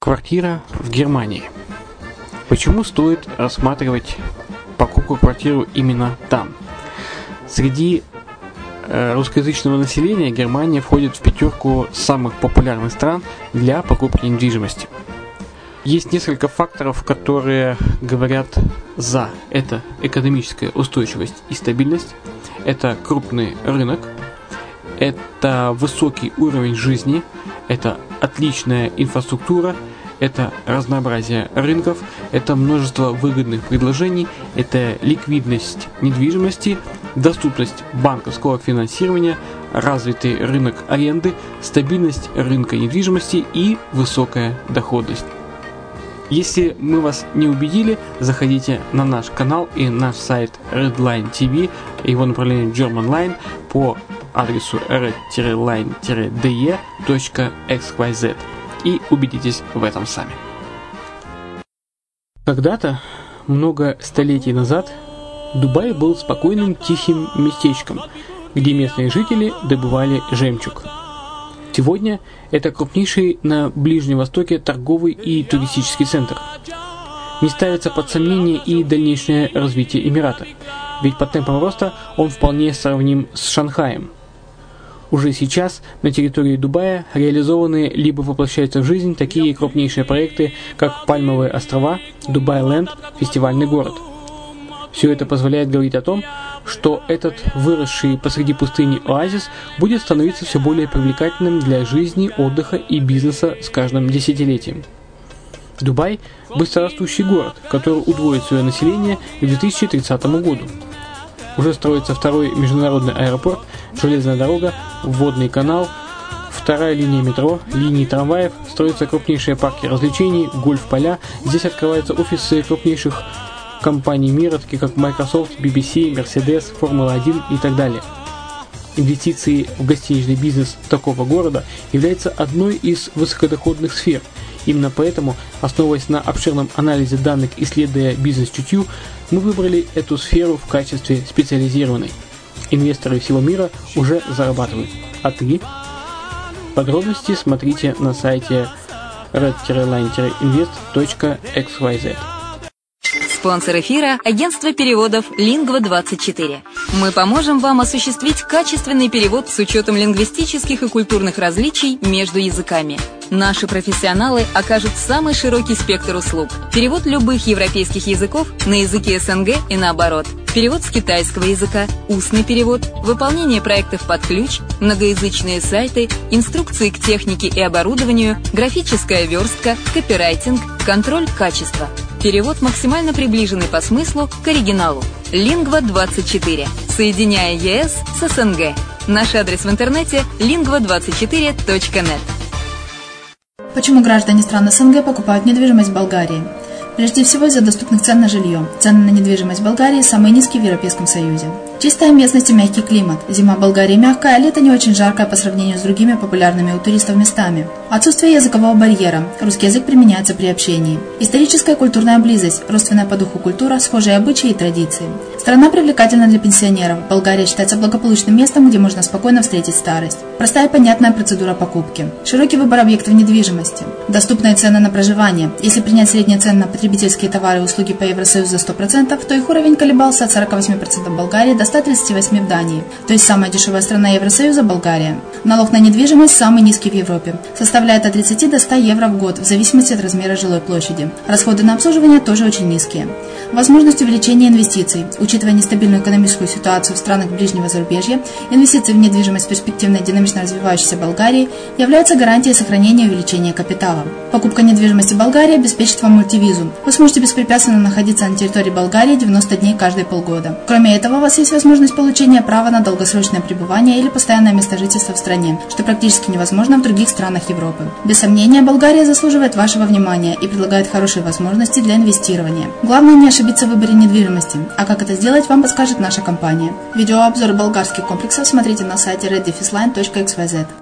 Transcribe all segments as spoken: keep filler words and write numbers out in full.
Квартира в Германии. Почему стоит рассматривать покупку квартиры именно там? Среди э, русскоязычного населения Германия входит в пятерку самых популярных стран для покупки недвижимости. Есть несколько факторов, которые говорят за. Это экономическая устойчивость и стабильность, это крупный рынок, это высокий уровень жизни, это отличная инфраструктура, это разнообразие рынков, это множество выгодных предложений, это ликвидность недвижимости, доступность банковского финансирования, развитый рынок аренды, стабильность рынка недвижимости и высокая доходность. Если мы вас не убедили, заходите на наш канал и наш сайт Redline ти ви, его направление Germanline по адресу red line d e точка x y z и убедитесь в этом сами. Когда-то, много столетий назад, Дубай был спокойным тихим местечком, где местные жители добывали жемчуг. Сегодня это крупнейший на Ближнем Востоке торговый и туристический центр. Не ставится под сомнение и дальнейшее развитие Эмирата, ведь по темпам роста он вполне сравним с Шанхаем. Уже сейчас на территории Дубая реализованы либо воплощаются в жизнь такие крупнейшие проекты, как Пальмовые острова, Дубай-Ленд, фестивальный город. Все это позволяет говорить о том, что этот выросший посреди пустыни оазис будет становиться все более привлекательным для жизни, отдыха и бизнеса с каждым десятилетием. Дубай – быстрорастущий город, который удвоит свое население к две тысячи тридцатому году. Уже строится второй международный аэропорт, железная дорога, водный канал, вторая линия метро, линии трамваев, строятся крупнейшие парки развлечений, гольф-поля. Здесь открываются офисы крупнейших компаний мира, таких как Microsoft, би би си, Mercedes, Формула один и так далее. Инвестиции в гостиничный бизнес такого города являются одной из высокодоходных сфер. Именно поэтому, основываясь на обширном анализе данных, исследуя бизнес-чутью, мы выбрали эту сферу в качестве специализированной. Инвесторы всего мира уже зарабатывают. А ты? Подробности смотрите на сайте red line invest точка x y z. Спонсор эфира – агентство переводов лингва двадцать четыре. Мы поможем вам осуществить качественный перевод с учетом лингвистических и культурных различий между языками. Наши профессионалы окажут самый широкий спектр услуг. Перевод любых европейских языков на языки эс эн гэ и наоборот. Перевод с китайского языка, устный перевод, выполнение проектов под ключ, многоязычные сайты, инструкции к технике и оборудованию, графическая верстка, копирайтинг, контроль качества. Перевод максимально приближенный по смыслу к оригиналу. лингва двадцать четыре. Соединяя е эс с эс эн гэ. Наш адрес в интернете лингва двадцать четыре точка нет. Почему граждане стран эс эн гэ покупают недвижимость в Болгарии? Прежде всего из-за доступных цен на жилье. Цены на недвижимость в Болгарии самые низкие в Европейском Союзе. Чистая местность и мягкий климат. Зима в Болгарии мягкая, а лето не очень жаркое по сравнению с другими популярными у туристов местами. Отсутствие языкового барьера. Русский язык применяется при общении. Историческая и культурная близость. Родственная по духу культура, схожие обычаи и традиции. Страна привлекательна для пенсионеров. Болгария считается благополучным местом, где можно спокойно встретить старость. Простая и понятная процедура покупки. Широкий выбор объектов недвижимости. Доступные цены на проживание. Если принять средние цены на потребительские товары и услуги по Евросоюзу за сто процентов, то их уровень колебался от сорок восемь процентов в Болгарии до ста тридцати восьми процентов в Дании. То есть самая дешевая страна Евросоюза – Болгария. Налог на недвижимость самый низкий в Европе. Составляет от тридцати до ста евро в год, в зависимости от размера жилой площади. Расходы на обслуживание тоже очень низкие. Возможность увеличения инвестиций. Учитывая нестабильную экономическую ситуацию в странах ближнего зарубежья, инвестиции в недвижимость в перспективной динамично развивающейся Болгарии являются гарантией сохранения и увеличения капитала. Покупка недвижимости в Болгарии обеспечит вам мультивизу. Вы сможете беспрепятственно находиться на территории Болгарии девяносто дней каждые полгода. Кроме этого, у вас есть возможность получения права на долгосрочное пребывание или постоянное место жительства в стране, что практически невозможно в других странах Европы. Без сомнения, Болгария заслуживает вашего внимания и предлагает хорошие возможности для инвестирования. Главное не ошибиться в выборе недвижимости, а как это сделать, вам подскажет наша компания. Видеообзор болгарских комплексов смотрите на сайте red line точка x y z.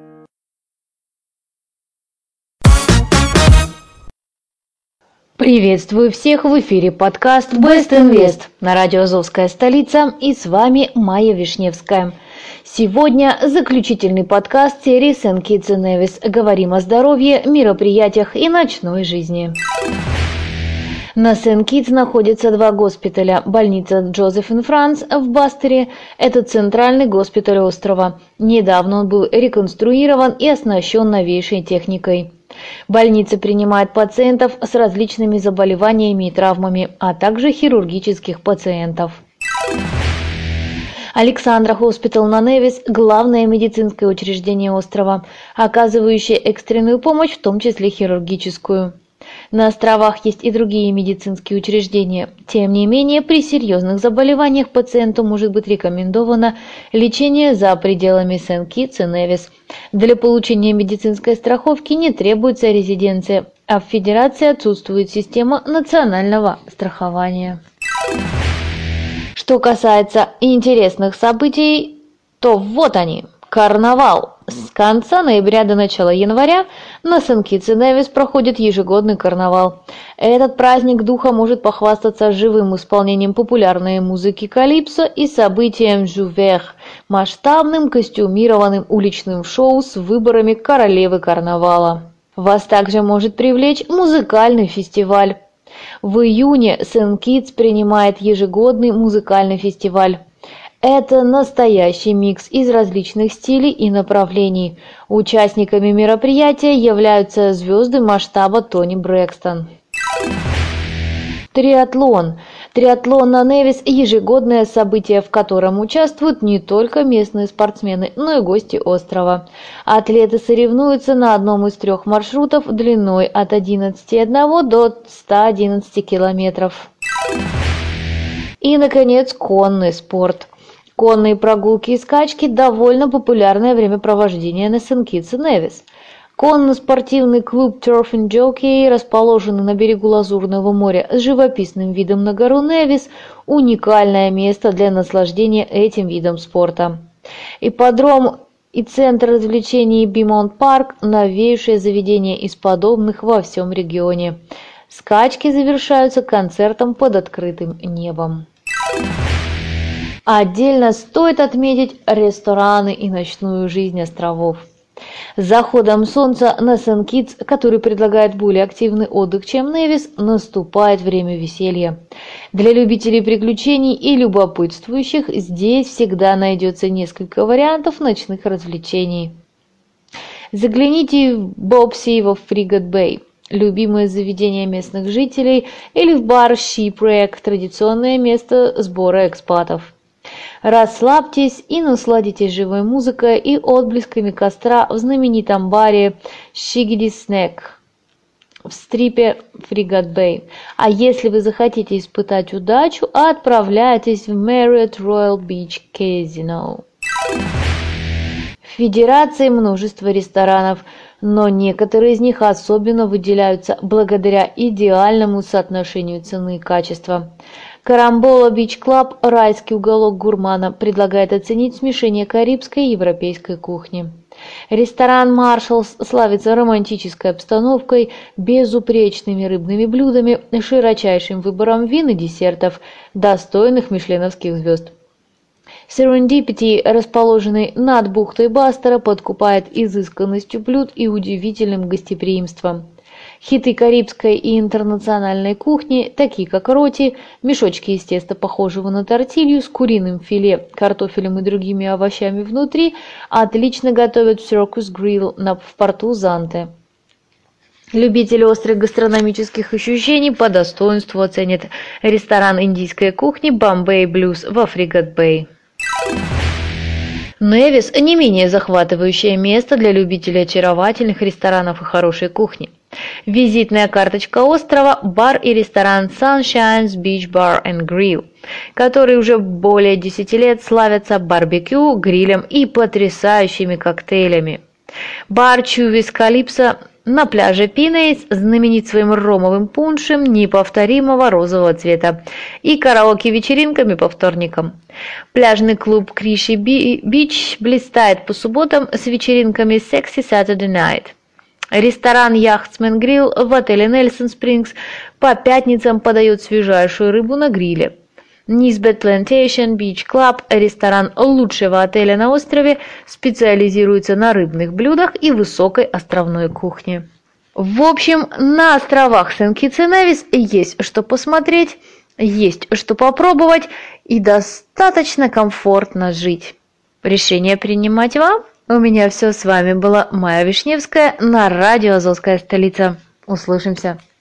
Приветствую всех, в эфире подкаст Best Invest на радио «Азовская столица», и с вами Майя Вишневская. Сегодня заключительный подкаст серии Сент Китс и Невис. Говорим о здоровье, мероприятиях и ночной жизни. На Сент Китс находятся два госпиталя. Больница Джозефин Франц в Бастере – это центральный госпиталь острова. Недавно он был реконструирован и оснащен новейшей техникой. Больница принимает пациентов с различными заболеваниями и травмами, а также хирургических пациентов. Александра Хоспитал на Невис – главное медицинское учреждение острова, оказывающее экстренную помощь, в том числе хирургическую. На островах есть и другие медицинские учреждения. Тем не менее, при серьезных заболеваниях пациенту может быть рекомендовано лечение за пределами Сент Китс и Невис. Для получения медицинской страховки не требуется резиденция, а в Федерации отсутствует система национального страхования. Что касается интересных событий, то вот они. Карнавал. С конца ноября до начала января на Сент Китс и Невис проходит ежегодный карнавал. Этот праздник духа может похвастаться живым исполнением популярной музыки калипсо и событием «Жувер» – масштабным костюмированным уличным шоу с выборами королевы карнавала. Вас также может привлечь музыкальный фестиваль. В июне Сент Китс принимает ежегодный музыкальный фестиваль. Это настоящий микс из различных стилей и направлений. Участниками мероприятия являются звезды масштаба Тони Брэкстон. Триатлон. Триатлон на Невис – ежегодное событие, в котором участвуют не только местные спортсмены, но и гости острова. Атлеты соревнуются на одном из трех маршрутов длиной от одиннадцати целых одной десятой до ста одиннадцати километров. И, наконец, конный спорт. Конные прогулки и скачки – довольно популярное времяпровождение на Сент Китс и Невис. Конно-спортивный клуб Turf and Jockey, расположенный на берегу Лазурного моря с живописным видом на гору Невис, уникальное место для наслаждения этим видом спорта. Ипподром и центр развлечений Бимонт Парк – новейшее заведение из подобных во всем регионе. Скачки завершаются концертом под открытым небом. Отдельно стоит отметить рестораны и ночную жизнь островов. С заходом солнца на Сент Китс, который предлагает более активный отдых, чем Невис, наступает время веселья. Для любителей приключений и любопытствующих здесь всегда найдется несколько вариантов ночных развлечений. Загляните в Бобси во Фригат-Бэй, любимое заведение местных жителей, или в бар Shipwreck, традиционное место сбора экспатов. Расслабьтесь и насладитесь живой музыкой и отблесками костра в знаменитом баре Shiggity Snack в стрипе Фригат-Бэй. А если вы захотите испытать удачу, отправляйтесь в Marriott Royal Beach Casino. В Федерации множество ресторанов, но некоторые из них особенно выделяются благодаря идеальному соотношению цены и качества. Карамбола Бич Клаб, райский уголок гурмана, предлагает оценить смешение карибской и европейской кухни. Ресторан Маршаллс славится романтической обстановкой, безупречными рыбными блюдами, широчайшим выбором вин и десертов, достойных мишленовских звезд. Серендипити, расположенный над бухтой Бастера, подкупает изысканностью блюд и удивительным гостеприимством. Хиты карибской и интернациональной кухни, такие как роти, мешочки из теста, похожего на тортилью, с куриным филе, картофелем и другими овощами внутри, отлично готовят в Circus Grill в порту Занте. Любители острых гастрономических ощущений по достоинству оценят ресторан индийской кухни Bombay Blues во Фригат-Бэй. Невис – не менее захватывающее место для любителей очаровательных ресторанов и хорошей кухни. Визитная карточка острова – бар и ресторан Sunshine's Beach Bar and Grill, которые уже более десяти лет славятся барбекю, грилем и потрясающими коктейлями. Бар Чувис Калипсо на пляже Пинейс знаменит своим ромовым пуншем неповторимого розового цвета и караоке-вечеринками по вторникам. Пляжный клуб Криши Бич блистает по субботам с вечеринками Sexy Saturday Night. Ресторан Яхтсмен Грилл в отеле Нельсон Спрингс по пятницам подает свежайшую рыбу на гриле. Nisbet Plantation Beach Club, ресторан лучшего отеля на острове, специализируется на рыбных блюдах и высокой островной кухне. В общем, на островах Сент-Китс и Невис есть что посмотреть, есть что попробовать и достаточно комфортно жить. Решение принимать вам. У меня все. С вами была Майя Вишневская на радио «Азовская столица». Услышимся.